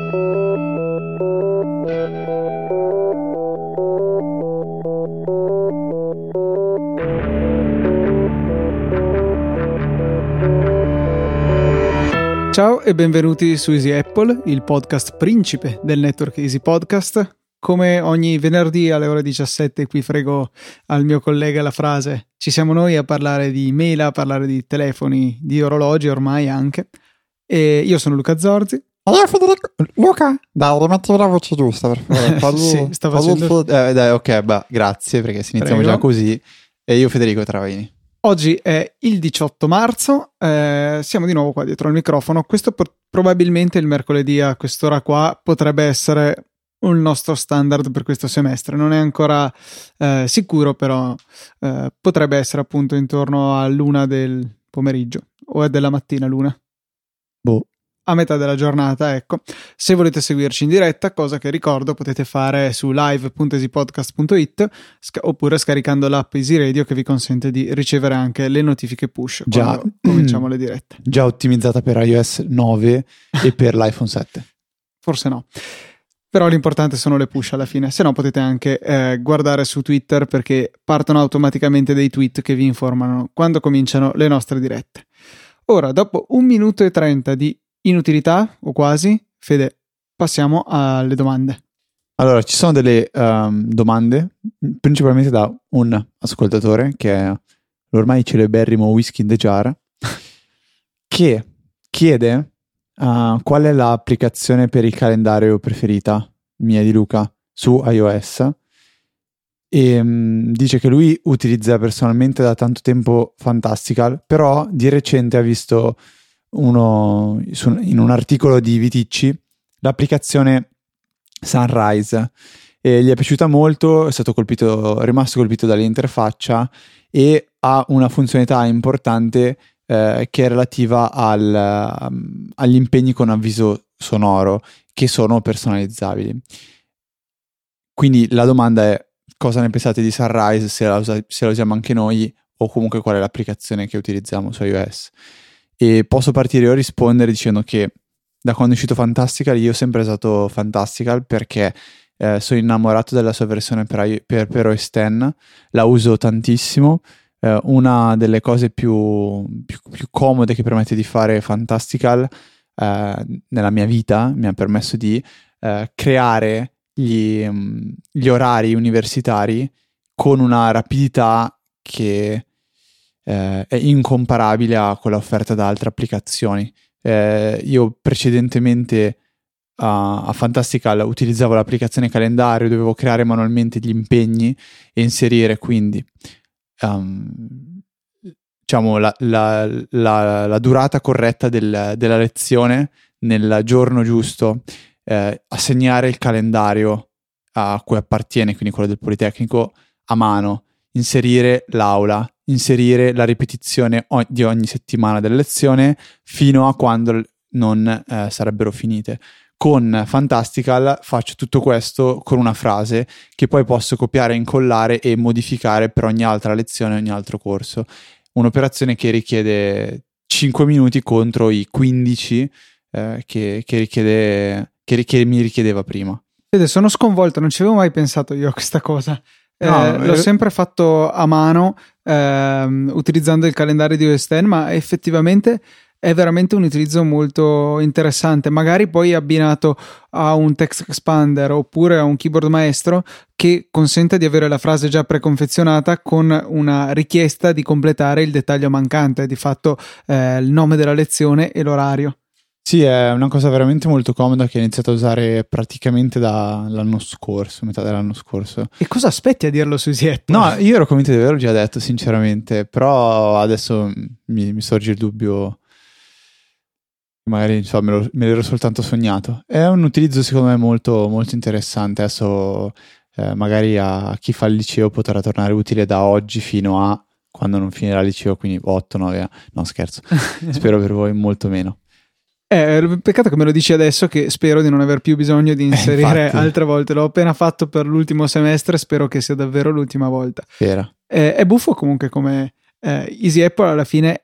Ciao e benvenuti su Easy Apple, il podcast principe del network Easy Podcast. Come ogni venerdì alle ore 17 qui frego al mio collega la frase. Ci siamo noi a parlare di mail, a parlare di telefoni, di orologi ormai anche. E io sono Luca Zorzi. E io Federico. Luca, dai, rimetti la voce giusta per favore. Sì, sta facendo... dai, ok, beh, grazie perché se iniziamo già così. E io Federico Travaini. Oggi è il 18 marzo, siamo di nuovo qua dietro al microfono. Questo probabilmente il mercoledì a quest'ora qua potrebbe essere un nostro standard per questo semestre. Non è ancora sicuro, però potrebbe essere appunto intorno all'1 del pomeriggio o è della mattina l'una. A metà della giornata, ecco. Se volete seguirci in diretta, cosa che ricordo potete fare su live.easypodcast.it oppure scaricando l'app Easy Radio che vi consente di ricevere anche le notifiche push quando cominciamo le dirette. Già ottimizzata per iOS 9 e per l'iPhone 7. Forse no. Però l'importante sono le push alla fine, se no potete anche guardare su Twitter perché partono automaticamente dei tweet che vi informano quando cominciano le nostre dirette. Ora, dopo 1 minuto e 30 di inutilità o quasi, Fede, passiamo alle domande. Allora, ci sono delle domande principalmente da un ascoltatore che è l'ormai celeberrimo Whisky in the Jar che chiede qual è l'applicazione per il calendario preferita mia di Luca su iOS e dice che lui utilizza personalmente da tanto tempo Fantastical, però di recente ha visto in un articolo di Viticci l'applicazione Sunrise e gli è piaciuta molto, è rimasto colpito dall'interfaccia e ha una funzionalità importante che è relativa agli impegni con avviso sonoro che sono personalizzabili. Quindi la domanda è: cosa ne pensate di Sunrise, se la usiamo anche noi, o comunque qual è l'applicazione che utilizziamo su iOS? E posso partire io a rispondere dicendo che da quando è uscito Fantastical io ho sempre usato Fantastical perché sono innamorato della sua versione per OS X, la uso tantissimo. Una delle cose più comode che permette di fare Fantastical nella mia vita mi ha permesso di creare gli orari universitari con una rapidità che è incomparabile a quella offerta da altre applicazioni. Io precedentemente a Fantastical utilizzavo l'applicazione calendario, dovevo creare manualmente gli impegni e inserire quindi diciamo la durata corretta della lezione nel giorno giusto, assegnare il calendario a cui appartiene, quindi quello del Politecnico, a mano, inserire l'aula, inserire la ripetizione di ogni settimana della lezione fino a quando non sarebbero finite. Con Fantastical faccio tutto questo con una frase che poi posso copiare e incollare e modificare per ogni altra lezione, ogni altro corso. Un'operazione che richiede 5 minuti contro i 15 che mi richiedeva prima. Vede, sono sconvolto, non ci avevo mai pensato io a questa cosa. L'ho sempre fatto a mano utilizzando il calendario di OS X, ma effettivamente è veramente un utilizzo molto interessante, magari poi abbinato a un text expander oppure a un keyboard maestro che consente di avere la frase già preconfezionata con una richiesta di completare il dettaglio mancante, di fatto il nome della lezione e l'orario. Sì, è una cosa veramente molto comoda che ho iniziato a usare praticamente dall'anno scorso, metà dell'anno scorso. E cosa aspetti a dirlo su Easy Apple? No, io ero convinto di averlo già detto, sinceramente, però adesso mi sorge il dubbio, magari me l'ero soltanto sognato. È un utilizzo secondo me molto, molto interessante. Adesso magari a chi fa il liceo potrà tornare utile da oggi fino a quando non finirà il liceo, quindi 8-9 anni. No, scherzo, spero per voi molto meno. Peccato che me lo dici adesso, che spero di non aver più bisogno di inserire altre volte. L'ho appena fatto per l'ultimo semestre, spero che sia davvero l'ultima volta. Era. È buffo comunque come Easy Apple alla fine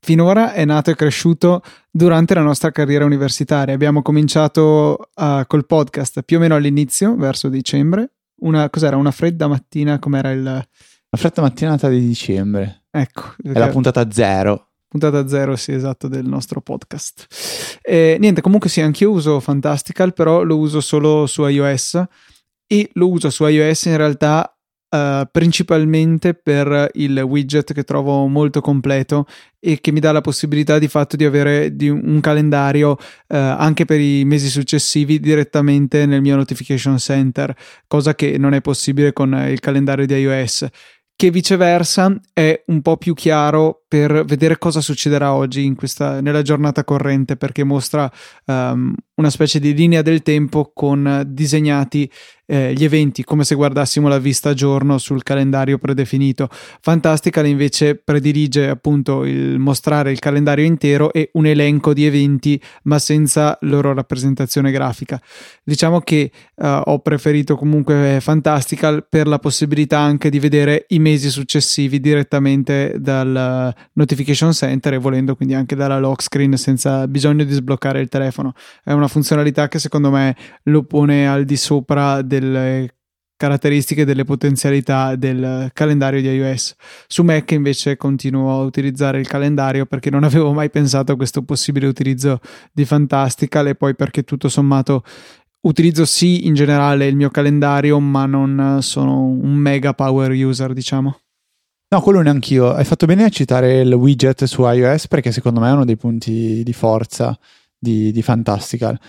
finora è nato e cresciuto durante la nostra carriera universitaria. Abbiamo cominciato col podcast più o meno all'inizio, verso dicembre. Cos'era? Una fredda mattina, com'era il... La fredda mattinata di dicembre. Ecco. È la puntata 0. Puntata 0, sì, esatto, del nostro podcast. Niente, comunque sì, anch'io uso Fantastical, però lo uso solo su iOS e lo uso su iOS in realtà principalmente per il widget che trovo molto completo e che mi dà la possibilità di fatto di avere un calendario anche per i mesi successivi direttamente nel mio notification center, cosa che non è possibile con il calendario di iOS, che viceversa è un po' più chiaro per vedere cosa succederà oggi nella giornata corrente, perché mostra una specie di linea del tempo con disegnati gli eventi, come se guardassimo la vista a giorno sul calendario predefinito. Fantastical invece predilige appunto il mostrare il calendario intero e un elenco di eventi, ma senza loro rappresentazione grafica. Diciamo che ho preferito comunque Fantastical per la possibilità anche di vedere i mesi successivi direttamente dal notification center e volendo quindi anche dalla lock screen senza bisogno di sbloccare il telefono. È una funzionalità che secondo me lo pone al di sopra delle caratteristiche, delle potenzialità del calendario di iOS. Su Mac invece continuo a utilizzare il calendario perché non avevo mai pensato a questo possibile utilizzo di Fantastical, e poi perché tutto sommato utilizzo sì in generale il mio calendario, ma non sono un mega power user, diciamo. No, quello neanch'io. Hai fatto bene a citare il widget su iOS perché secondo me è uno dei punti di forza di Fantastical.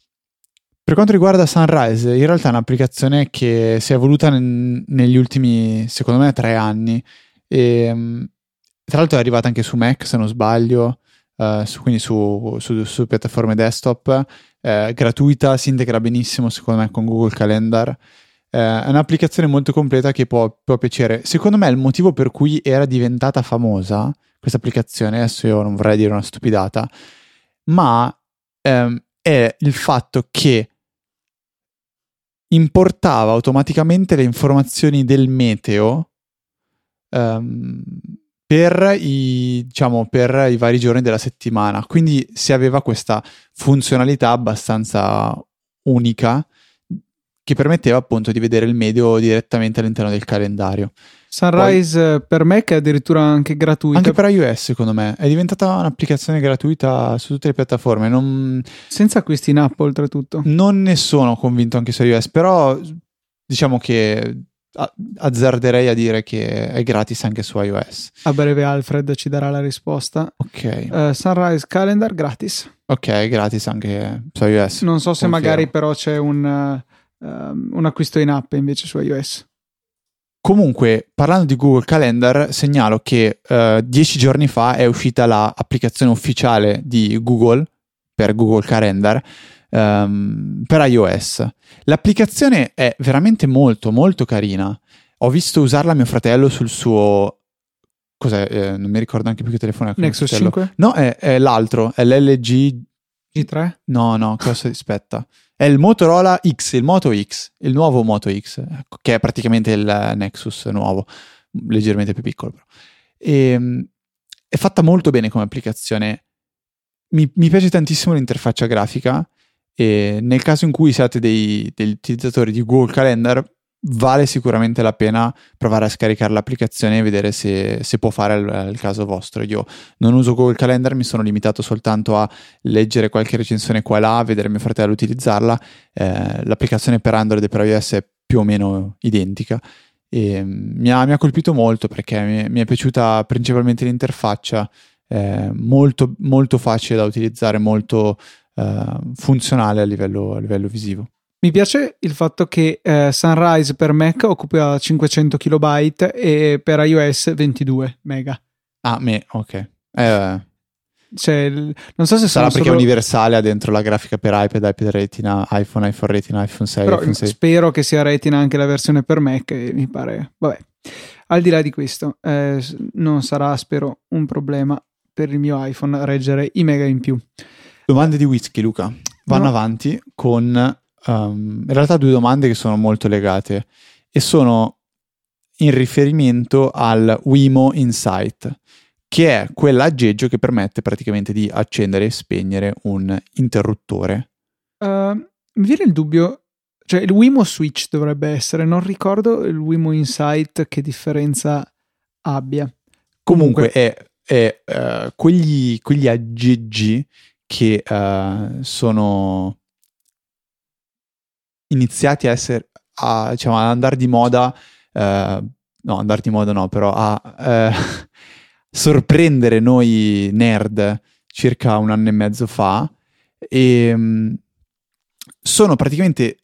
Per quanto riguarda Sunrise, in realtà è un'applicazione che si è evoluta negli ultimi, secondo me, 3 anni. E, tra l'altro è arrivata anche su Mac, se non sbaglio, quindi su piattaforme desktop, gratuita, si integra benissimo, secondo me, con Google Calendar. È un'applicazione molto completa che può piacere. Secondo me il motivo per cui era diventata famosa questa applicazione, adesso io non vorrei dire una stupidata, ma è il fatto che importava automaticamente le informazioni del meteo per i vari giorni della settimana. Quindi si aveva questa funzionalità abbastanza unica che permetteva appunto di vedere il meteo direttamente all'interno del calendario. Sunrise per Mac è addirittura anche gratuita. Anche per iOS, secondo me. È diventata un'applicazione gratuita su tutte le piattaforme. Senza acquisti in app, oltretutto. Non ne sono convinto anche su iOS, però diciamo che azzarderei a dire che è gratis anche su iOS. A breve Alfred ci darà la risposta. Ok. Sunrise Calendar gratis. Ok, gratis anche su iOS. Non so se magari però c'è un acquisto in app invece su iOS. Comunque, parlando di Google Calendar, segnalo che 10 giorni fa è uscita l'applicazione ufficiale di Google per Google Calendar per iOS. L'applicazione è veramente molto molto carina. Ho visto usarla mio fratello sul suo... Cos'è? Non mi ricordo anche più che telefono è. Nexus 5? No, è l'altro, è l'LG... G3? No, cosa aspetta? È il Motorola X, il Moto X, il nuovo Moto X, che è praticamente il Nexus nuovo, leggermente più piccolo però. È fatta molto bene come applicazione. Mi piace tantissimo l'interfaccia grafica e nel caso in cui siate degli utilizzatori di Google Calendar vale sicuramente la pena provare a scaricare l'applicazione e vedere se può fare il caso vostro. Io non uso Google Calendar, mi sono limitato soltanto a leggere qualche recensione qua e là, vedere mio fratello utilizzarla. L'applicazione per Android e per iOS è più o meno identica e mi ha colpito molto perché mi è piaciuta principalmente l'interfaccia, molto, molto facile da utilizzare, molto funzionale a livello visivo. Mi piace il fatto che Sunrise per Mac occupa 500 KB e per iOS 22 mega. Ok. Cioè, non so se sarà perché è universale, ha dentro la grafica per iPad Retina, iPhone Retina, iPhone 6, però iPhone 6. Spero che sia Retina anche la versione per Mac e mi pare, vabbè. Al di là di questo, non sarà, spero, un problema per il mio iPhone reggere i mega in più. Domande di Whisky, Luca. Vanno avanti con... in realtà 2 domande che sono molto legate e sono in riferimento al Wemo Insight, che è quell'aggeggio che permette praticamente di accendere e spegnere un interruttore. Mi viene il dubbio, cioè il Wemo Switch dovrebbe essere, non ricordo il Wemo Insight che differenza abbia. Comunque è quegli aggeggi che sono iniziati a essere diciamo, ad andare di moda, no, andare di moda no, però a sorprendere noi nerd circa 1 anno e mezzo fa, e sono praticamente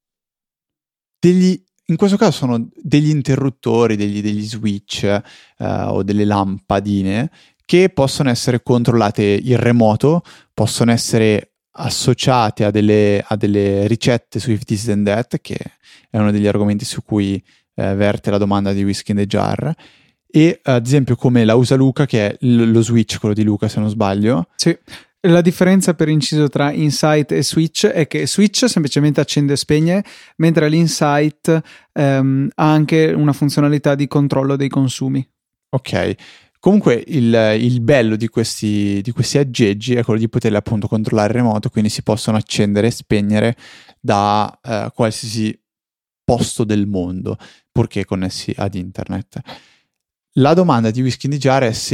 in questo caso sono degli interruttori, degli switch o delle lampadine che possono essere controllate in remoto, possono essere associate a delle ricette su If This Then That, che è uno degli argomenti su cui verte la domanda di Whiskey in the Jar, e ad esempio come la usa Luca, che è lo switch, quello di Luca se non sbaglio. Sì. La differenza, per inciso, tra Insight e Switch è che Switch semplicemente accende e spegne, mentre l'Insight ha anche una funzionalità di controllo dei consumi. Ok, comunque il bello di questi aggeggi è quello di poterli appunto controllare remoto, quindi si possono accendere e spegnere da qualsiasi posto del mondo, purché connessi ad internet. La domanda di Whiskey in the Jar è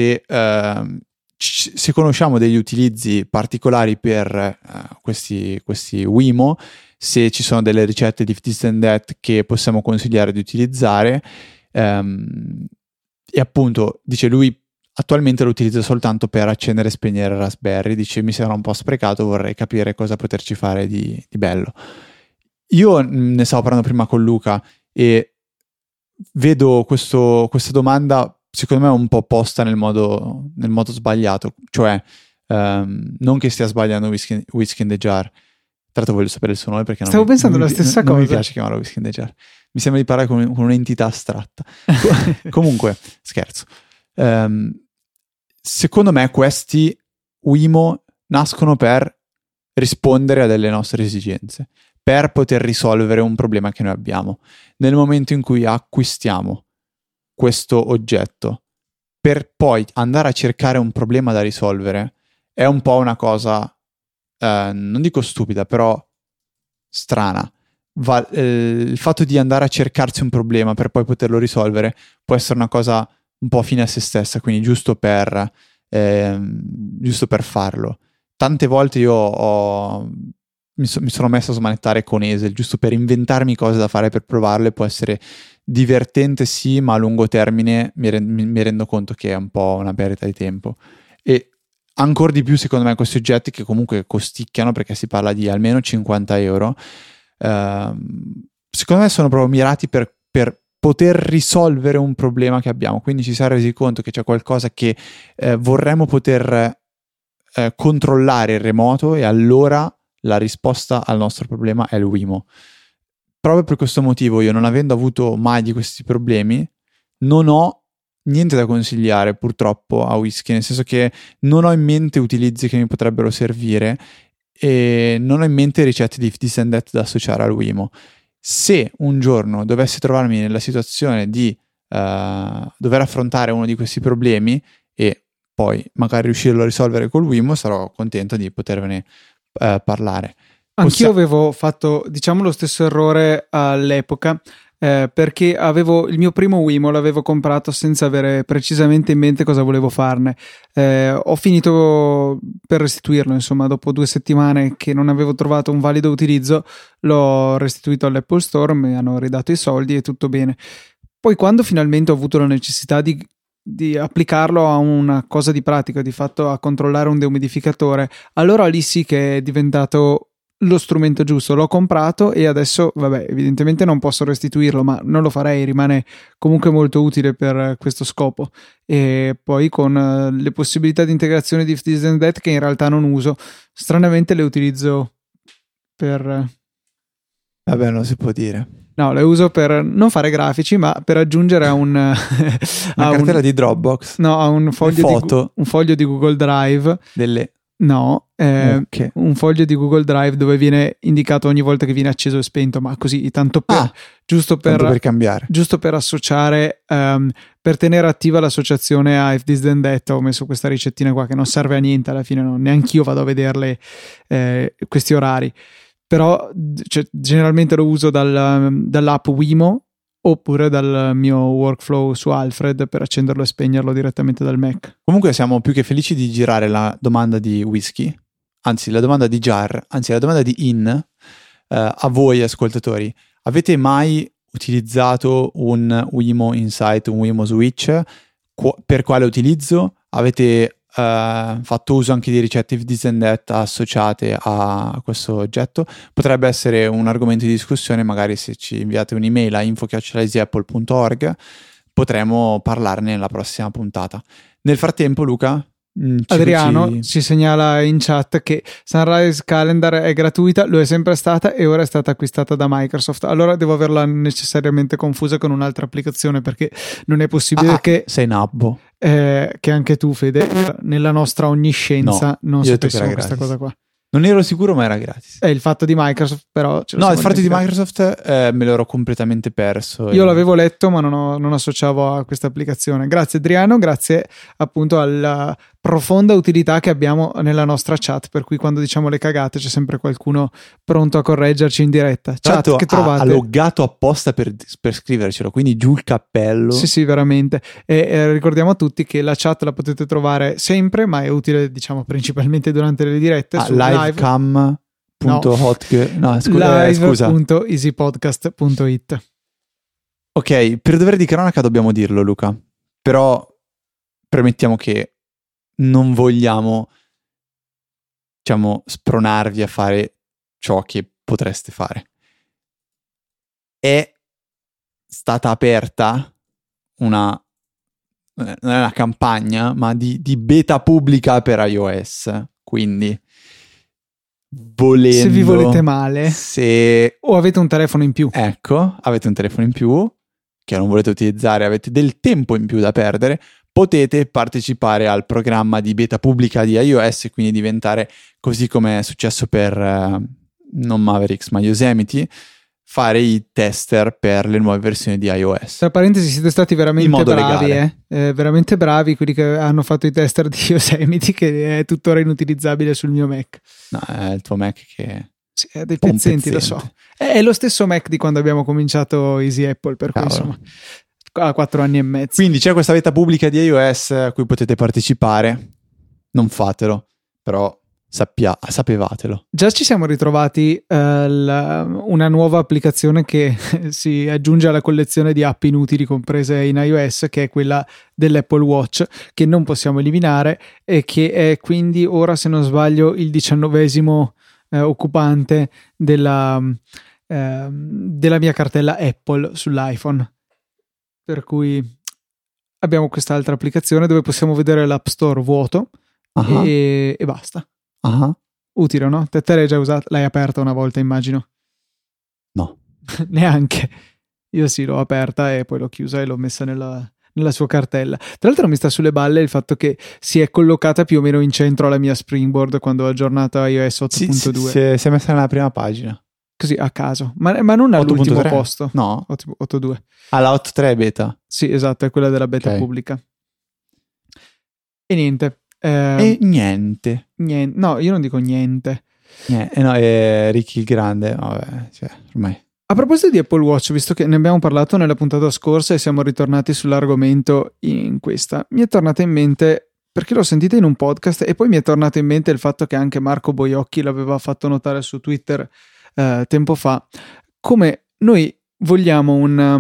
se conosciamo degli utilizzi particolari per questi Wemo, se ci sono delle ricette di This and That che possiamo consigliare di utilizzare, e appunto dice lui attualmente lo utilizza soltanto per accendere e spegnere Raspberry, dice mi sembra un po' sprecato, vorrei capire cosa poterci fare di bello. Io ne stavo parlando prima con Luca e vedo questa domanda secondo me un po' posta nel modo sbagliato, cioè non che stia sbagliando Whiskey in the Jar. Tra l'altro voglio sapere il suo nome perché stavo pensando la stessa cosa. Non mi piace chiamarlo Whiskey in the Jar, mi sembra di parlare con un'entità astratta. Comunque scherzo. Secondo me questi Wemo nascono per rispondere a delle nostre esigenze, per poter risolvere un problema che noi abbiamo. Nel momento in cui acquistiamo questo oggetto per poi andare a cercare un problema da risolvere, è un po' una cosa non dico stupida, però strana. Il fatto di andare a cercarsi un problema per poi poterlo risolvere può essere una cosa un po' fine a se stessa, quindi giusto per farlo. Tante volte io mi sono messo a smanettare con Esel giusto per inventarmi cose da fare per provarle. Può essere divertente sì, ma a lungo termine mi rendo conto che è un po' una perdita di tempo. E ancora di più secondo me questi oggetti, che comunque costicchiano perché si parla di almeno 50 euro, secondo me sono proprio mirati per poter risolvere un problema che abbiamo. Quindi ci si è resi conto che c'è qualcosa che vorremmo poter controllare in remoto, e allora la risposta al nostro problema è il Wemo. Proprio per questo motivo io, non avendo avuto mai di questi problemi, non ho niente da consigliare purtroppo a Whiskey, nel senso che non ho in mente utilizzi che mi potrebbero servire e non ho in mente ricette di This and That da associare al Wemo. Se un giorno dovessi trovarmi nella situazione di dover affrontare uno di questi problemi e poi magari riuscirlo a risolvere col Wemo, sarò contento di potervene parlare. Anch'io avevo fatto, diciamo, lo stesso errore all'epoca, perché avevo il mio primo Wemo, l'avevo comprato senza avere precisamente in mente cosa volevo farne. Ho finito per restituirlo, insomma, dopo 2 settimane che non avevo trovato un valido utilizzo, l'ho restituito all'Apple Store, mi hanno ridato i soldi e tutto bene. Poi quando finalmente ho avuto la necessità di applicarlo a una cosa di pratica, di fatto a controllare un deumidificatore, allora lì sì che è diventato lo strumento giusto. L'ho comprato e adesso, vabbè, evidentemente non posso restituirlo, ma non lo farei, rimane comunque molto utile per questo scopo. E poi con le possibilità di integrazione di If This and That, che in realtà non uso, stranamente le utilizzo per... Vabbè, non si può dire. No, le uso per non fare grafici, ma per aggiungere a una cartella di Dropbox. No, a un foglio di Google Drive delle No, Ok. un foglio di Google Drive dove viene indicato ogni volta che viene acceso e spento, ma così, tanto per, giusto tanto per cambiare. giusto per associare, per tenere attiva l'associazione a If This Then That, ho messo questa ricettina qua che non serve a niente alla fine, neanch'io vado a vederle questi orari, però cioè, generalmente lo uso dall'app Wimo oppure dal mio workflow su Alfred per accenderlo e spegnerlo direttamente dal Mac. Comunque siamo più che felici di girare la domanda di Whisky, anzi la domanda di Jar, anzi la domanda di In, a voi ascoltatori. Avete mai utilizzato un Wimo Insight, un Wimo Switch? Per quale utilizzo? Avete fatto uso anche di ricette If This Then That associate a questo oggetto? Potrebbe essere un argomento di discussione, magari se ci inviate un'email a info@easyapple.org potremo parlarne nella prossima puntata. Nel frattempo, Luca, Adriano ci segnala in chat che Sunrise Calendar è gratuita, lo è sempre stata e ora è stata acquistata da Microsoft. Allora devo averla necessariamente confusa con un'altra applicazione, perché non è possibile che sei nabbo. Che anche tu, Fede, nella nostra onniscienza non sapessimo questa cosa qua. Non ero sicuro, ma era gratis. È il fatto di Microsoft, però... No, il fatto di Microsoft me l'ero completamente perso. Io l'avevo letto, ma non associavo a questa applicazione. Grazie Adriano, grazie appunto alla profonda utilità che abbiamo nella nostra chat, per cui quando diciamo le cagate c'è sempre qualcuno pronto a correggerci in diretta. Chat che trovate... ha loggato apposta per scrivercelo, quindi giù il cappello. Sì, veramente. E ricordiamo a tutti che la chat la potete trovare sempre, ma è utile, diciamo, principalmente durante le dirette su live.easypodcast.it. Ok, per dovere di cronaca dobbiamo dirlo, Luca, però premettiamo che non vogliamo, diciamo, spronarvi a fare ciò che potreste fare. È stata aperta non è una campagna, ma di beta pubblica per iOS, quindi volendo, se vi volete male o avete un telefono in più, ecco, avete un telefono in più che non volete utilizzare, avete del tempo in più da perdere, potete partecipare al programma di beta pubblica di iOS e quindi diventare, così come è successo per non Mavericks ma Yosemite, fare i tester per le nuove versioni di iOS. Tra parentesi, siete stati veramente bravi, veramente bravi quelli che hanno fatto i tester di Yosemite, che è tuttora inutilizzabile sul mio Mac. No, è il tuo Mac che... Sì, è dei pezzenti, lo so. È lo stesso Mac di quando abbiamo cominciato Easy Apple, per cui insomma, a 4 anni e mezzo. Quindi c'è questa beta pubblica di iOS a cui potete partecipare. Non fatelo, però sapevatelo. Già ci siamo ritrovati una nuova applicazione che si aggiunge alla collezione di app inutili comprese in iOS, che è quella dell'Apple Watch, che non possiamo eliminare e che è quindi ora, se non sbaglio, il 19esimo occupante della mia cartella Apple sull'iPhone, per cui abbiamo quest'altra applicazione dove possiamo vedere l'App Store vuoto e basta. Utile, no? Te l'hai già usata? L'hai aperta una volta, immagino? No. Neanche. Io sì, l'ho aperta e poi l'ho chiusa e l'ho messa nella sua cartella. Tra l'altro mi sta sulle balle il fatto che si è collocata più o meno in centro alla mia Springboard quando ho aggiornato iOS 8.2. Si è messa nella prima pagina. Così a caso, ma non all'ultimo 8.3? posto. No. 8.2. La 8.3 beta. Sì, esatto, è quella della beta pubblica. E niente. Niente. No, io non dico niente. No, è Ricky il Grande. Vabbè, cioè, ormai. A proposito di Apple Watch, visto che ne abbiamo parlato nella puntata scorsa e siamo ritornati sull'argomento in questa, mi è tornata in mente, perché l'ho sentita in un podcast e poi mi è tornato in mente il fatto che anche Marco Boiocchi l'aveva fatto notare su Twitter tempo fa, come noi vogliamo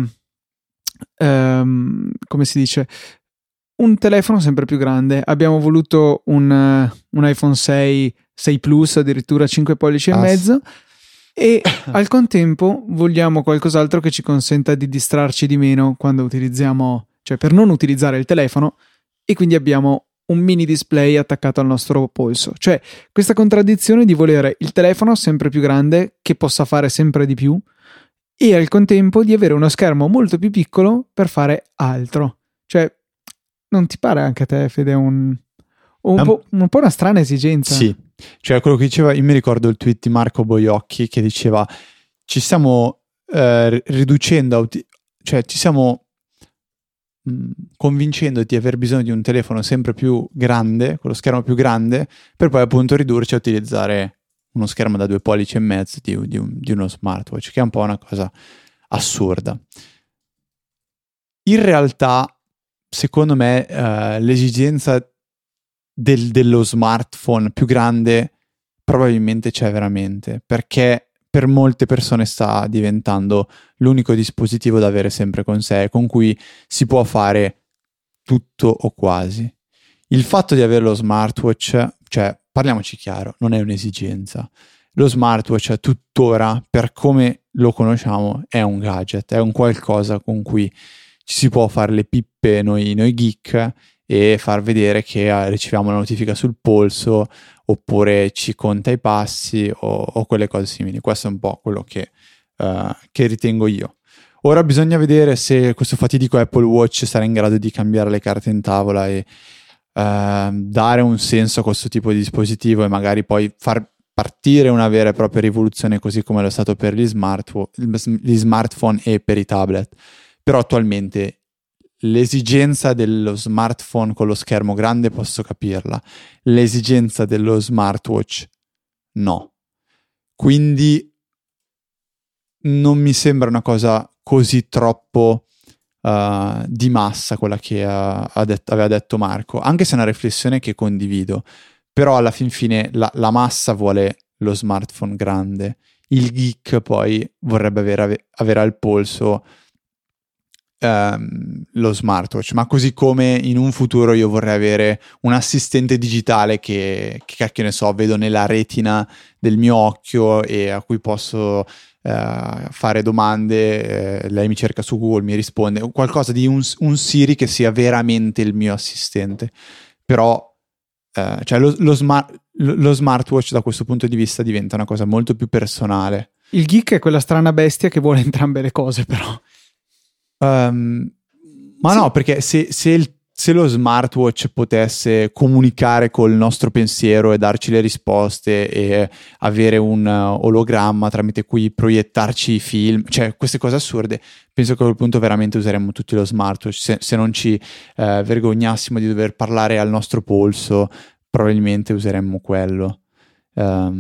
come si dice, un telefono sempre più grande. Abbiamo voluto un iPhone 6 Plus, addirittura 5 pollici e mezzo, e al contempo vogliamo qualcos'altro che ci consenta di distrarci di meno quando utilizziamo, cioè per non utilizzare il telefono, e quindi abbiamo un mini display attaccato al nostro polso. Cioè questa contraddizione di volere il telefono sempre più grande che possa fare sempre di più e al contempo di avere uno schermo molto più piccolo per fare altro. Cioè, non ti pare anche a te, Fede, un un po' una strana esigenza. Sì, cioè quello che diceva, io mi ricordo il tweet di Marco Boiocchi che diceva ci stiamo riducendo, cioè ci stiamo convincendo di aver bisogno di un telefono sempre più grande, con lo schermo più grande, per poi appunto ridurci a utilizzare uno schermo da 2,5 pollici di uno smartwatch, che è un po' una cosa assurda. In realtà, secondo me, l'esigenza dello smartphone più grande probabilmente c'è veramente, perché per molte persone sta diventando l'unico dispositivo da avere sempre con sé, con cui si può fare tutto o quasi. Il fatto di avere lo smartwatch, cioè parliamoci chiaro, non è un'esigenza. Lo smartwatch tuttora, per come lo conosciamo, è un gadget, è un qualcosa con cui ci si può fare le pippe noi geek e far vedere che riceviamo una notifica sul polso, oppure ci conta i passi o quelle cose simili. Questo è un po' quello che ritengo io. Ora bisogna vedere se questo fatidico Apple Watch sarà in grado di cambiare le carte in tavola e dare un senso a questo tipo di dispositivo e magari poi far partire una vera e propria rivoluzione, così come lo è stato per gli smartphone e per i tablet. Però attualmente l'esigenza dello smartphone con lo schermo grande posso capirla, l'esigenza dello smartwatch no. Quindi non mi sembra una cosa così troppo di massa quella che aveva detto Marco, anche se è una riflessione che condivido. Però alla fin fine la massa vuole lo smartphone grande, il geek poi vorrebbe avere al polso lo smartwatch, ma così come in un futuro io vorrei avere un assistente digitale che cacchio ne so, vedo nella retina del mio occhio e a cui posso fare domande, lei mi cerca su Google, mi risponde, qualcosa di un Siri che sia veramente il mio assistente. Però cioè lo smartwatch da questo punto di vista diventa una cosa molto più personale. Il geek è quella strana bestia che vuole entrambe le cose, però. Ma sì. No, perché se lo smartwatch potesse comunicare col nostro pensiero e darci le risposte e avere un ologramma tramite cui proiettarci i film, cioè queste cose assurde, penso che a quel punto veramente useremmo tutti lo smartwatch. Se non ci vergognassimo di dover parlare al nostro polso, probabilmente useremmo quello. La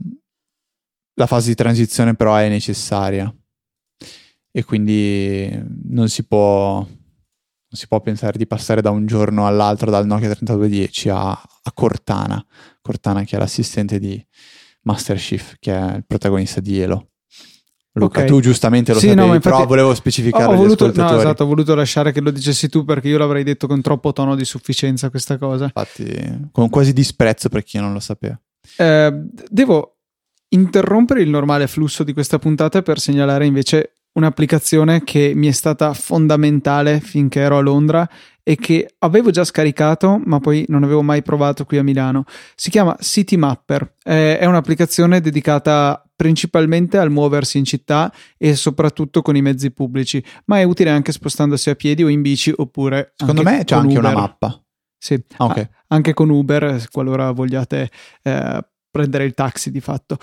fase di transizione però è necessaria e quindi non si può pensare di passare da un giorno all'altro dal Nokia 3210 a Cortana che è l'assistente di Master Chief, che è il protagonista di Halo. Luca, okay. Tu giustamente lo sapevi, no, però volevo specificare agli ascoltatori. No, esatto, ho voluto lasciare che lo dicessi tu, perché io l'avrei detto con troppo tono di sufficienza questa cosa. Infatti, con quasi disprezzo per chi non lo sapeva. Devo interrompere il normale flusso di questa puntata per segnalare invece un'applicazione che mi è stata fondamentale finché ero a Londra e che avevo già scaricato ma poi non avevo mai provato qui a Milano. Si chiama Citymapper, è un'applicazione dedicata principalmente al muoversi in città e soprattutto con i mezzi pubblici, ma è utile anche spostandosi a piedi o in bici, oppure secondo me c'è anche Uber. Una mappa. Sì, okay. Anche con Uber, qualora vogliate prendere il taxi di fatto.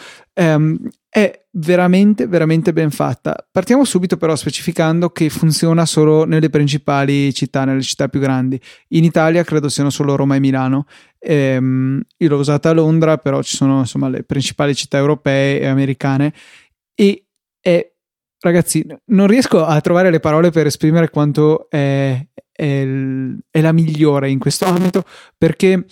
È veramente veramente ben fatta. Partiamo subito però specificando che funziona solo nelle principali città, nelle città più grandi. In Italia credo siano solo Roma e Milano. Io l'ho usata a Londra, però ci sono insomma le principali città europee e americane e ragazzi, non riesco a trovare le parole per esprimere quanto è la migliore in questo ambito, perché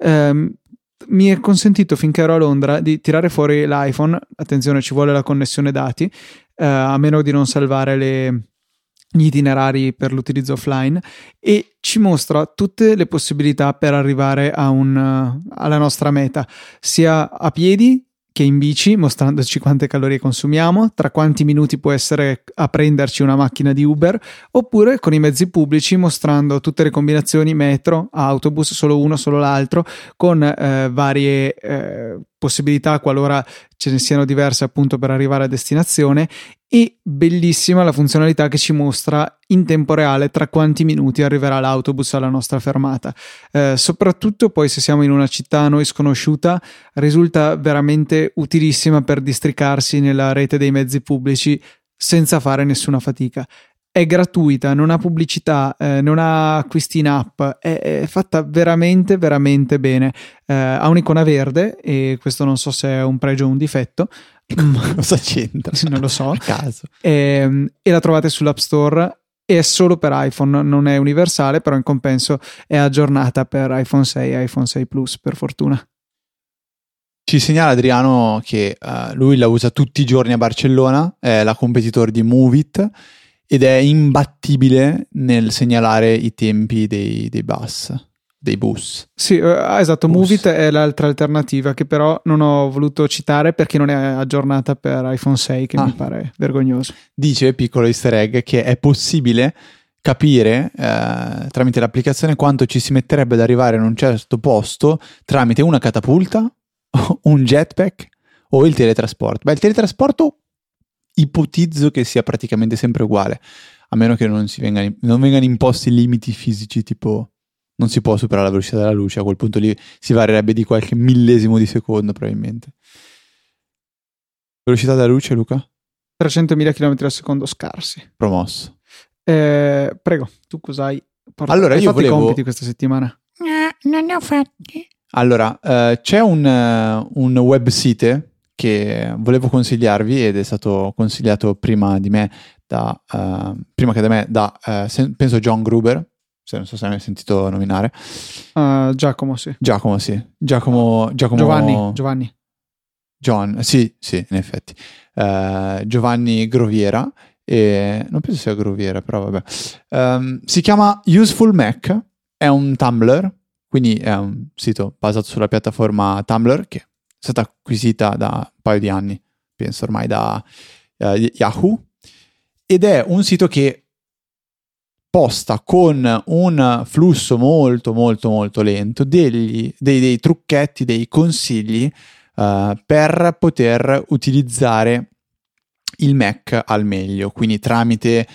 mi è consentito finché ero a Londra di tirare fuori l'iPhone. Attenzione, ci vuole la connessione dati, a meno di non salvare gli itinerari per l'utilizzo offline, e ci mostra tutte le possibilità per arrivare alla nostra meta, sia a piedi che in bici, mostrandoci quante calorie consumiamo, tra quanti minuti può essere a prenderci una macchina di Uber, oppure con i mezzi pubblici, mostrando tutte le combinazioni metro, autobus, solo uno, solo l'altro, con varie possibilità qualora ce ne siano diverse appunto per arrivare a destinazione, e bellissima la funzionalità che ci mostra in tempo reale tra quanti minuti arriverà l'autobus alla nostra fermata. Soprattutto poi se siamo in una città a noi sconosciuta, risulta veramente utilissima per districarsi nella rete dei mezzi pubblici senza fare nessuna fatica. È gratuita, non ha pubblicità, non ha acquisti in app, è fatta veramente veramente bene. Ha un'icona verde, e questo non so se è un pregio o un difetto. Cosa c'entra? Non lo so. A caso. E la trovate sull'App Store, e è solo per iPhone, non è universale, però in compenso è aggiornata per iPhone 6 e iPhone 6 Plus, per fortuna. Ci segnala Adriano che lui la usa tutti i giorni a Barcellona, è la competitor di Movit, ed è imbattibile nel segnalare i tempi dei bus. Sì, esatto, bus. Movit è l'altra alternativa che però non ho voluto citare perché non è aggiornata per iPhone 6, che mi pare vergognoso. Dice, piccolo easter egg, che è possibile capire tramite l'applicazione quanto ci si metterebbe ad arrivare in un certo posto tramite una catapulta, un jetpack o il teletrasporto. Il teletrasporto ipotizzo che sia praticamente sempre uguale, a meno che non vengano imposti limiti fisici, tipo non si può superare la velocità della luce, a quel punto lì si varierebbe di qualche millesimo di secondo probabilmente. Velocità della luce, Luca? 300.000 km al secondo scarsi. Promosso. Prego, tu cos'hai? Allora, hai io fatto i compiti questa settimana? Non ne ho fatti. Allora, c'è un web site che volevo consigliarvi ed è stato consigliato prima che da me penso John Gruber, se non so se hai mai sentito nominare. Giacomo, sì. Giovanni. John, sì, in effetti. Giovanni Groviera, e non penso sia Groviera, però vabbè. Si chiama Useful Mac, è un Tumblr, quindi è un sito basato sulla piattaforma Tumblr che è stata acquisita da un paio di anni, penso ormai da Yahoo, ed è un sito che posta con un flusso molto molto molto lento dei trucchetti, dei consigli per poter utilizzare il Mac al meglio, quindi tramite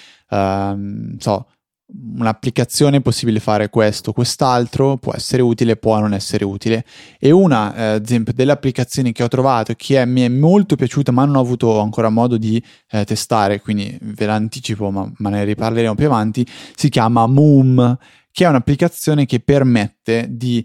un'applicazione è possibile fare questo, quest'altro, può essere utile, può non essere utile. E una, ad esempio, delle applicazioni che ho trovato che mi è molto piaciuta, ma non ho avuto ancora modo di testare, quindi ve l'anticipo, ma ne riparleremo più avanti, si chiama Moom, che è un'applicazione che permette di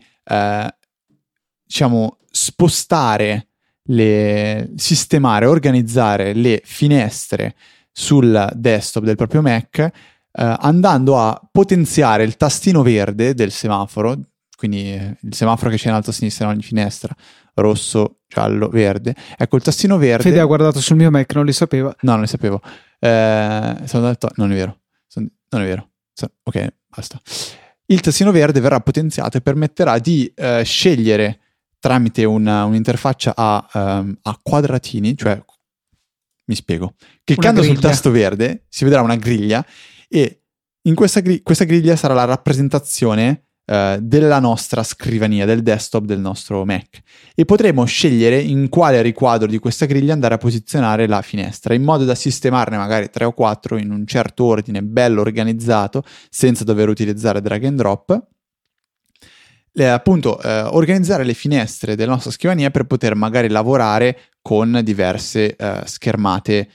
spostare, sistemare, organizzare le finestre sul desktop del proprio Mac, andando a potenziare il tastino verde del semaforo, quindi il semaforo che c'è in alto a sinistra in ogni finestra, rosso, giallo, verde. Ecco, il tastino verde... Fede ha guardato sul mio Mac, non li sapeva. No, non li sapevo. Non è vero. Ok, basta. Il tastino verde verrà potenziato e permetterà di scegliere tramite un'interfaccia a quadratini, cioè, mi spiego, cliccando sul tasto verde si vedrà una griglia, e in questa griglia sarà la rappresentazione della nostra scrivania, del desktop del nostro Mac, e potremo scegliere in quale riquadro di questa griglia andare a posizionare la finestra, in modo da sistemarne magari 3 o 4 in un certo ordine, bello organizzato, senza dover utilizzare drag and drop. Organizzare le finestre della nostra scrivania per poter magari lavorare con diverse schermate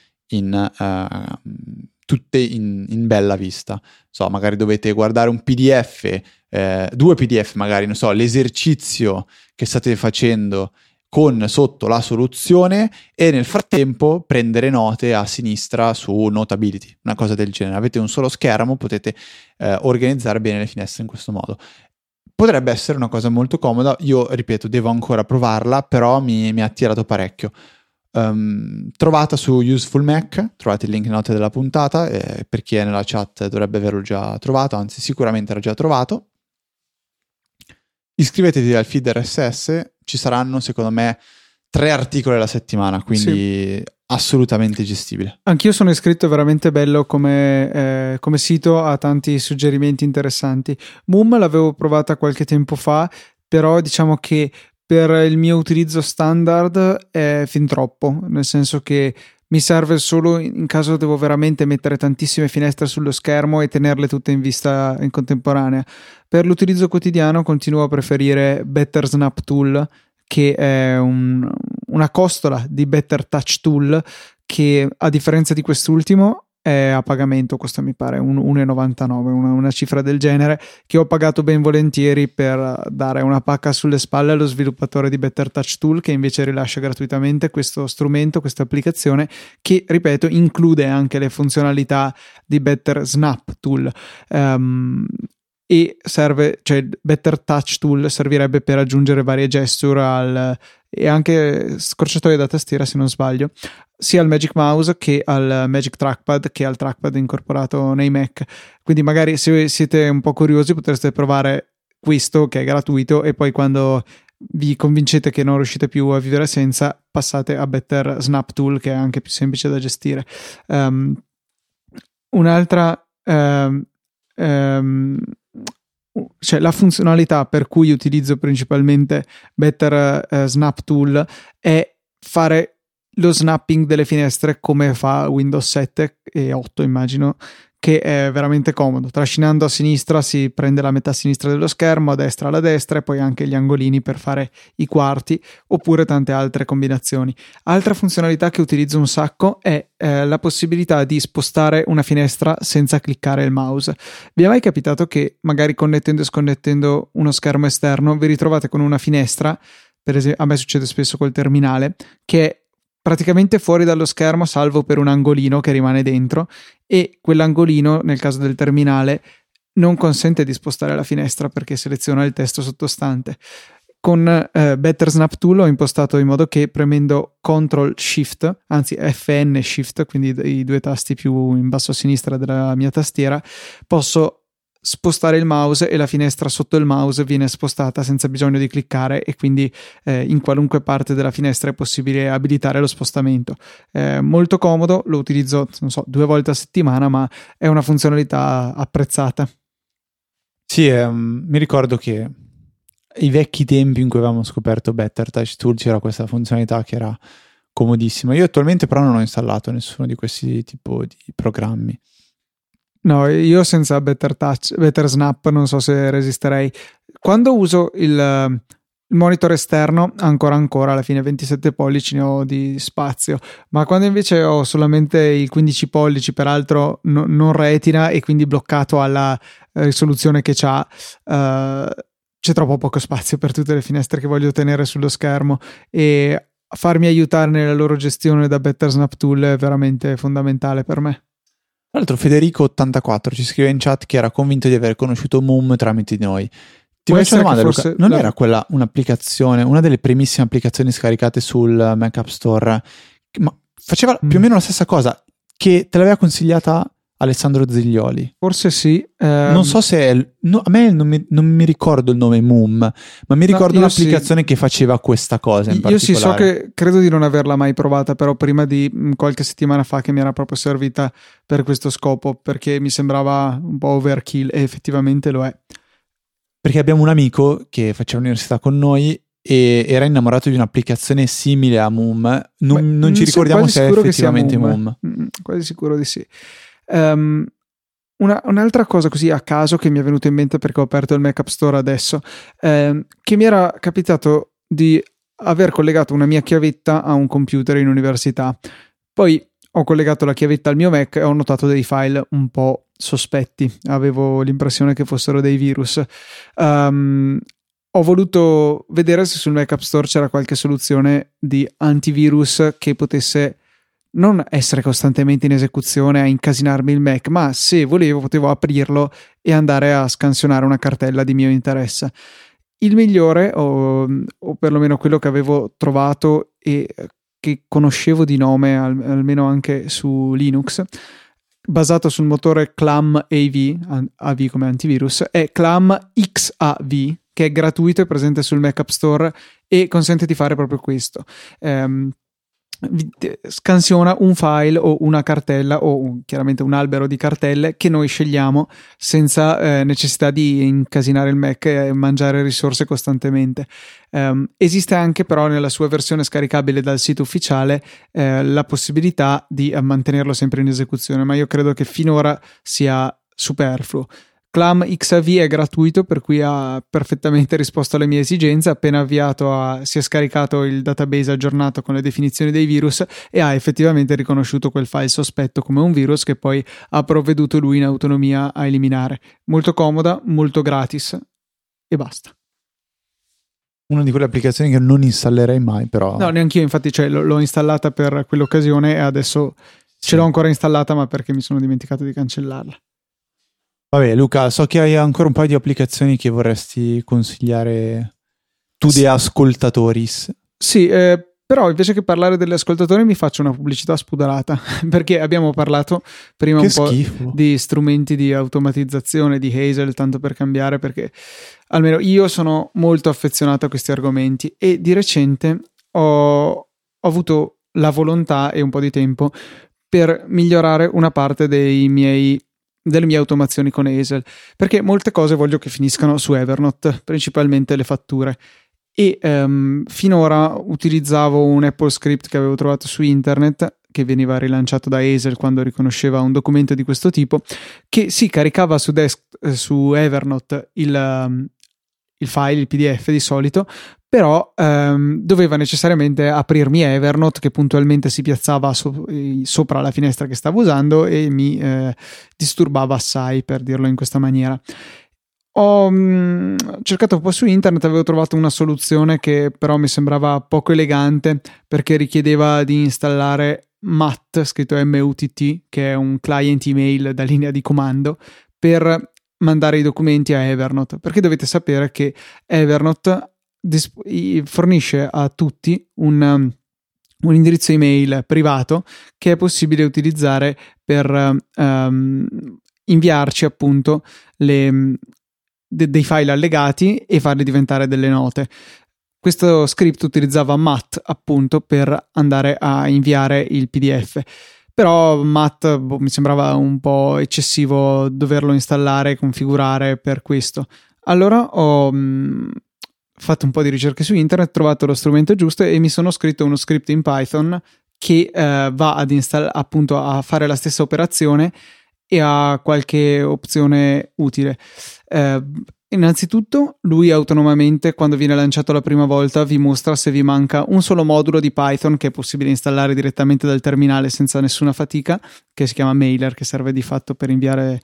tutte in bella vista. Magari dovete guardare un PDF, 2 PDF magari, non so, l'esercizio che state facendo con sotto la soluzione, e nel frattempo prendere note a sinistra su Notability, una cosa del genere. Avete un solo schermo, potete organizzare bene le finestre in questo modo. Potrebbe essere una cosa molto comoda. Io, ripeto, devo ancora provarla, però mi ha attirato parecchio. Trovata su Useful Mac, trovate il link in note della puntata, per chi è nella chat dovrebbe averlo già trovato, anzi sicuramente era già trovato. Iscrivetevi al feed RSS, ci saranno secondo me 3 articoli alla settimana, quindi sì, assolutamente gestibile. Anch'io sono iscritto, è veramente bello come sito, ha tanti suggerimenti interessanti. Moom l'avevo provata qualche tempo fa, però diciamo che per il mio utilizzo standard è fin troppo, nel senso che mi serve solo in caso devo veramente mettere tantissime finestre sullo schermo e tenerle tutte in vista in contemporanea. Per l'utilizzo quotidiano continuo a preferire Better Snap Tool, che è una costola di Better Touch Tool che, a differenza di quest'ultimo, è a pagamento, costa mi pare 1,99, una cifra del genere, che ho pagato ben volentieri per dare una pacca sulle spalle allo sviluppatore di Better Touch Tool, che invece rilascia gratuitamente questo strumento, questa applicazione che, ripeto, include anche le funzionalità di Better Snap Tool. E serve, cioè Better Touch Tool servirebbe per aggiungere varie gesture e anche scorciatoie da tastiera, se non sbaglio, sia al Magic Mouse che al Magic Trackpad che al trackpad incorporato nei Mac. Quindi magari se siete un po' curiosi potreste provare questo, che è gratuito, e poi quando vi convincete che non riuscite più a vivere senza, passate a Better Snap Tool, che è anche più semplice da gestire. Un'altra cioè la funzionalità per cui utilizzo principalmente Better Snap Tool è fare lo snapping delle finestre come fa Windows 7 e 8, immagino, che è veramente comodo. Trascinando a sinistra si prende la metà sinistra dello schermo, a destra la destra, e poi anche gli angolini per fare i quarti, oppure tante altre combinazioni. Altra funzionalità che utilizzo un sacco è la possibilità di spostare una finestra senza cliccare il mouse. Vi è mai capitato che magari connettendo e sconnettendo uno schermo esterno vi ritrovate con una finestra, per esempio a me succede spesso col terminale, che è praticamente fuori dallo schermo salvo per un angolino che rimane dentro, e quell'angolino, nel caso del terminale, non consente di spostare la finestra perché seleziona il testo sottostante. Con Better Snap Tool ho impostato in modo che premendo Ctrl Shift, anzi FN Shift, quindi i due tasti più in basso a sinistra della mia tastiera, posso spostare il mouse e la finestra sotto il mouse viene spostata senza bisogno di cliccare, e quindi in qualunque parte della finestra è possibile abilitare lo spostamento. Molto comodo, lo utilizzo, non so, 2 volte a settimana, ma è una funzionalità apprezzata. Sì, mi ricordo che ai vecchi tempi in cui avevamo scoperto Better Touch Tool c'era questa funzionalità che era comodissima. Io attualmente però non ho installato nessuno di questi tipo di programmi. No, io senza Better Snap non so se resisterei. Quando uso il monitor esterno, ancora alla fine 27 pollici ne ho di spazio, ma quando invece ho solamente il 15 pollici, peraltro non retina e quindi bloccato alla risoluzione che c'ha, c'è troppo poco spazio per tutte le finestre che voglio tenere sullo schermo, e farmi aiutare nella loro gestione da Better Snap Tool è veramente fondamentale per me. Tra l'altro Federico84 ci scrive in chat che era convinto di aver conosciuto Moom tramite noi. Ti faccio una domanda, Luca. Non era quella un'applicazione, una delle primissime applicazioni scaricate sul Mac App Store, ma faceva più o meno la stessa cosa, che te l'aveva consigliata Alessandro Ziglioli? Forse sì. Non so se a me non mi ricordo il nome Moom, ma mi ricordo un'applicazione che faceva questa cosa in particolare. Io sì, so che credo di non averla mai provata, però prima di qualche settimana fa che mi era proprio servita per questo scopo, perché mi sembrava un po' overkill, e effettivamente lo è. Perché abbiamo un amico che faceva l'università con noi e era innamorato di un'applicazione simile a Moom. Non ci ricordiamo se è effettivamente Moom. Quasi sicuro di sì. Un'altra cosa così a caso che mi è venuta in mente perché ho aperto il Mac App Store adesso, che mi era capitato di aver collegato una mia chiavetta a un computer in università, poi ho collegato la chiavetta al mio Mac e ho notato dei file un po' sospetti, avevo l'impressione che fossero dei virus. Ho voluto vedere se sul Mac App Store c'era qualche soluzione di antivirus che potesse non essere costantemente in esecuzione a incasinarmi il Mac, ma se volevo potevo aprirlo e andare a scansionare una cartella di mio interesse. Il migliore, o perlomeno quello che avevo trovato e che conoscevo di nome, almeno anche su Linux, basato sul motore Clam AV come antivirus, è Clam XAV, che è gratuito e presente sul Mac App Store e consente di fare proprio questo. scansiona un file o una cartella o chiaramente un albero di cartelle che noi scegliamo senza necessità di incasinare il Mac e mangiare risorse costantemente. Esiste anche però nella sua versione scaricabile dal sito ufficiale la possibilità di mantenerlo sempre in esecuzione, ma io credo che finora sia superfluo. Clam XAV è gratuito, per cui ha perfettamente risposto alle mie esigenze. Appena avviato si è scaricato il database aggiornato con le definizioni dei virus e ha effettivamente riconosciuto quel file sospetto come un virus che poi ha provveduto lui in autonomia a eliminare. Molto comoda, molto gratis e basta. Una di quelle applicazioni che non installerei mai, però. No, neanche io, infatti, l'ho installata per quell'occasione e adesso ce l'ho ancora installata, ma perché mi sono dimenticato di cancellarla. Vabbè, Luca, so che hai ancora un paio di applicazioni che vorresti consigliare tu dei ascoltatori. Sì, però invece che parlare degli ascoltatori mi faccio una pubblicità spudarata, perché abbiamo parlato prima po' di strumenti di automatizzazione di Hazel, tanto per cambiare, perché almeno io sono molto affezionato a questi argomenti e di recente ho avuto la volontà e un po' di tempo per migliorare una parte delle mie automazioni con Hazel, perché molte cose voglio che finiscano su Evernote, principalmente le fatture, e finora utilizzavo un Apple Script che avevo trovato su internet, che veniva rilanciato da Hazel quando riconosceva un documento di questo tipo, che si caricava su Evernote il file, il PDF di solito, però doveva necessariamente aprirmi Evernote, che puntualmente si piazzava sopra la finestra che stavo usando e mi disturbava assai, per dirlo in questa maniera. Ho cercato un po' su internet, avevo trovato una soluzione che però mi sembrava poco elegante, perché richiedeva di installare MUT, scritto MUTT, che è un client email da linea di comando, per mandare i documenti a Evernote, perché dovete sapere che Evernote fornisce a tutti un indirizzo email privato che è possibile utilizzare per inviarci appunto dei file allegati e farli diventare delle note. Questo script utilizzava MUT appunto per andare a inviare il PDF, però MUT mi sembrava un po' eccessivo doverlo installare e configurare per questo. Allora ho fatto un po' di ricerche su internet, ho trovato lo strumento giusto e mi sono scritto uno script in Python che va ad appunto a fare la stessa operazione e ha qualche opzione utile. Innanzitutto, lui autonomamente, quando viene lanciato la prima volta, vi mostra se vi manca un solo modulo di Python che è possibile installare direttamente dal terminale senza nessuna fatica, che si chiama Mailer, che serve di fatto per inviare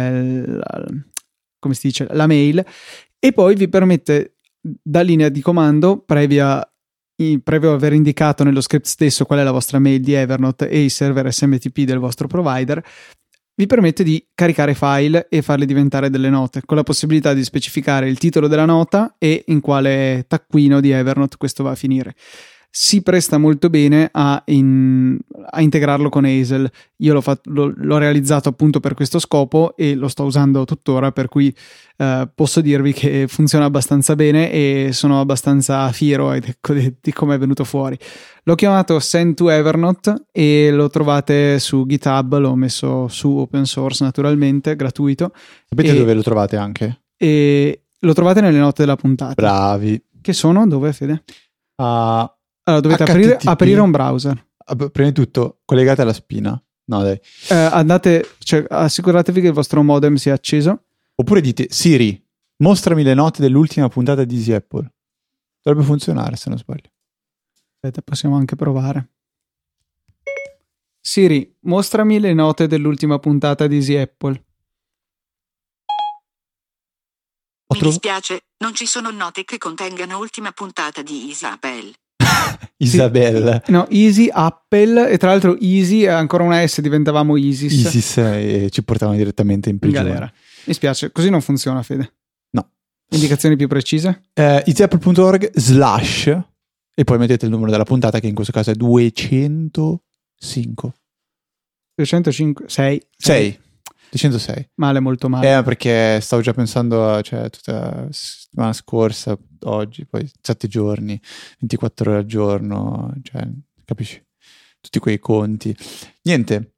come si dice, la mail, e poi vi permette da linea di comando, previo aver indicato nello script stesso qual è la vostra mail di Evernote e il server SMTP del vostro provider, vi permette di caricare file e farli diventare delle note, con la possibilità di specificare il titolo della nota e in quale taccuino di Evernote questo va a finire. Si presta molto bene a integrarlo con Hazel. Io l'ho realizzato appunto per questo scopo e lo sto usando tuttora, per cui posso dirvi che funziona abbastanza bene e sono abbastanza fiero di come è venuto fuori. L'ho chiamato Send to Evernote e lo trovate su GitHub, l'ho messo su open source naturalmente, gratuito. Sapete dove lo trovate anche? E lo trovate nelle note della puntata. Bravi. Che sono? Dove, Fede? Allora dovete HTTP. aprire un browser. Prima di tutto, collegate alla spina. No, dai. Assicuratevi che il vostro modem sia acceso. Oppure dite: Siri, mostrami le note dell'ultima puntata di Easy Apple. Dovrebbe funzionare, se non sbaglio. Aspetta, possiamo anche provare. Siri, mostrami le note dell'ultima puntata di Easy Apple. Mi dispiace, non ci sono note che contengano ultima puntata di Easy Apple. Isabella. No, Easy Apple, e tra l'altro Easy, ancora una S, diventavamo Isis. Isis e ci portavano direttamente in prigione. Galera. Mi spiace, così non funziona, Fede. No. Indicazioni più precise? easyapple.org/ e poi mettete il numero della puntata, che in questo caso è 205. 205? 6. 206. Male, molto male. Perché stavo già pensando tutta la settimana scorsa, oggi, poi 7 giorni, 24 ore al giorno, cioè, capisci? tutti quei conti. Niente.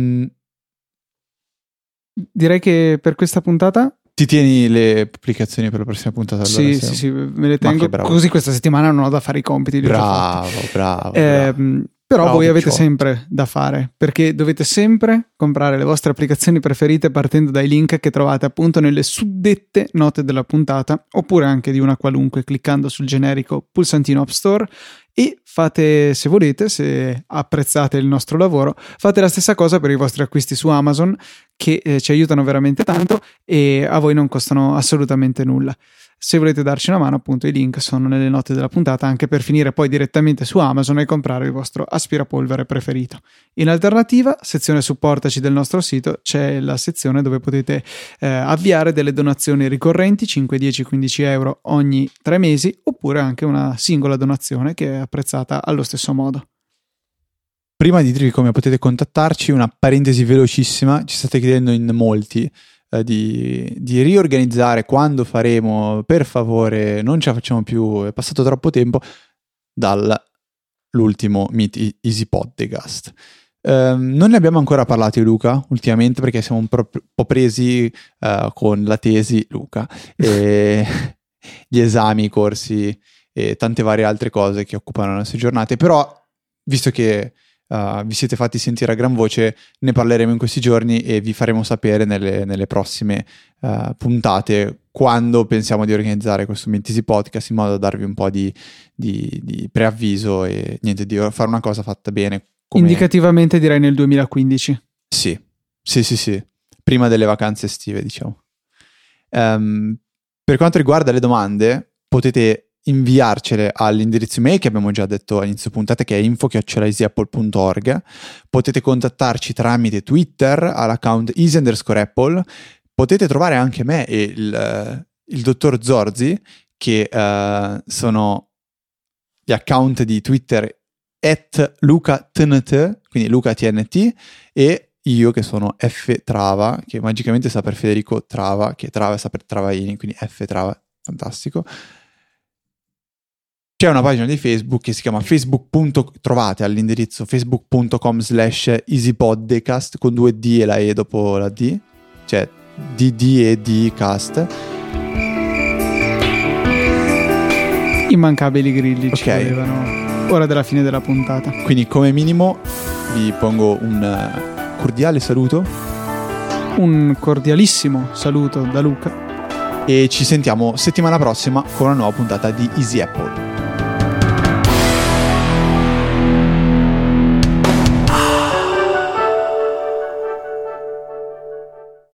Direi che per questa puntata ti tieni le pubblicazioni per la prossima puntata? Allora, sì, me le tengo, così questa settimana non ho da fare i compiti. Bravo. Però Bravo, voi avete picciotto. sempre da fare, perché dovete sempre comprare le vostre applicazioni preferite partendo dai link che trovate appunto nelle suddette note della puntata, oppure anche di una qualunque, cliccando sul generico pulsantino App Store. E fate, se volete, se apprezzate il nostro lavoro, fate la stessa cosa per i vostri acquisti su Amazon, che ci aiutano veramente tanto e a voi non costano assolutamente nulla. Se volete darci una mano, appunto, i link sono nelle note della puntata, anche per finire poi direttamente su Amazon e comprare il vostro aspirapolvere preferito. In alternativa, sezione supportaci del nostro sito, c'è la sezione dove potete avviare delle donazioni ricorrenti, 5, 10, 15 euro ogni 3 mesi, oppure anche una singola donazione che è apprezzata allo stesso modo. Prima di dirvi come potete contattarci, una parentesi velocissima. Ci state chiedendo in molti di riorganizzare quando faremo, per favore non ce la facciamo più, è passato troppo tempo dall'ultimo Meet Easy Podcast. Non ne abbiamo ancora parlato, Luca, ultimamente, perché siamo un po' presi con la tesi, Luca, e gli esami, i corsi e tante varie altre cose che occupano le nostre giornate. Però, visto che vi siete fatti sentire a gran voce, ne parleremo in questi giorni e vi faremo sapere nelle prossime puntate quando pensiamo di organizzare questo Meet Easy Podcast, in modo da darvi un po' di preavviso e niente, di fare una cosa fatta bene. Indicativamente direi nel 2015. Sì, prima delle vacanze estive, diciamo. Per quanto riguarda le domande, potete inviarcele all'indirizzo email che abbiamo già detto all'inizio puntata, che è info@easyapple.org. Potete contattarci tramite Twitter all'account easy_apple. Potete trovare anche me e il dottor Zorzi, che sono gli account di Twitter @lucatnt, quindi lucatnt, e io che sono ftrava, che magicamente sta per Federico Trava, che Trava sta per Travaini, quindi ftrava, fantastico. C'è una pagina di Facebook che si chiama trovate all'indirizzo facebook.com/easypodcast con 2 D e la E dopo la D, cioè DD e D cast. Immancabili grilli, ci volevano ora della fine della puntata. Quindi come minimo vi pongo un cordiale saluto, un cordialissimo saluto da Luca, e ci sentiamo settimana prossima con una nuova puntata di Easy Apple.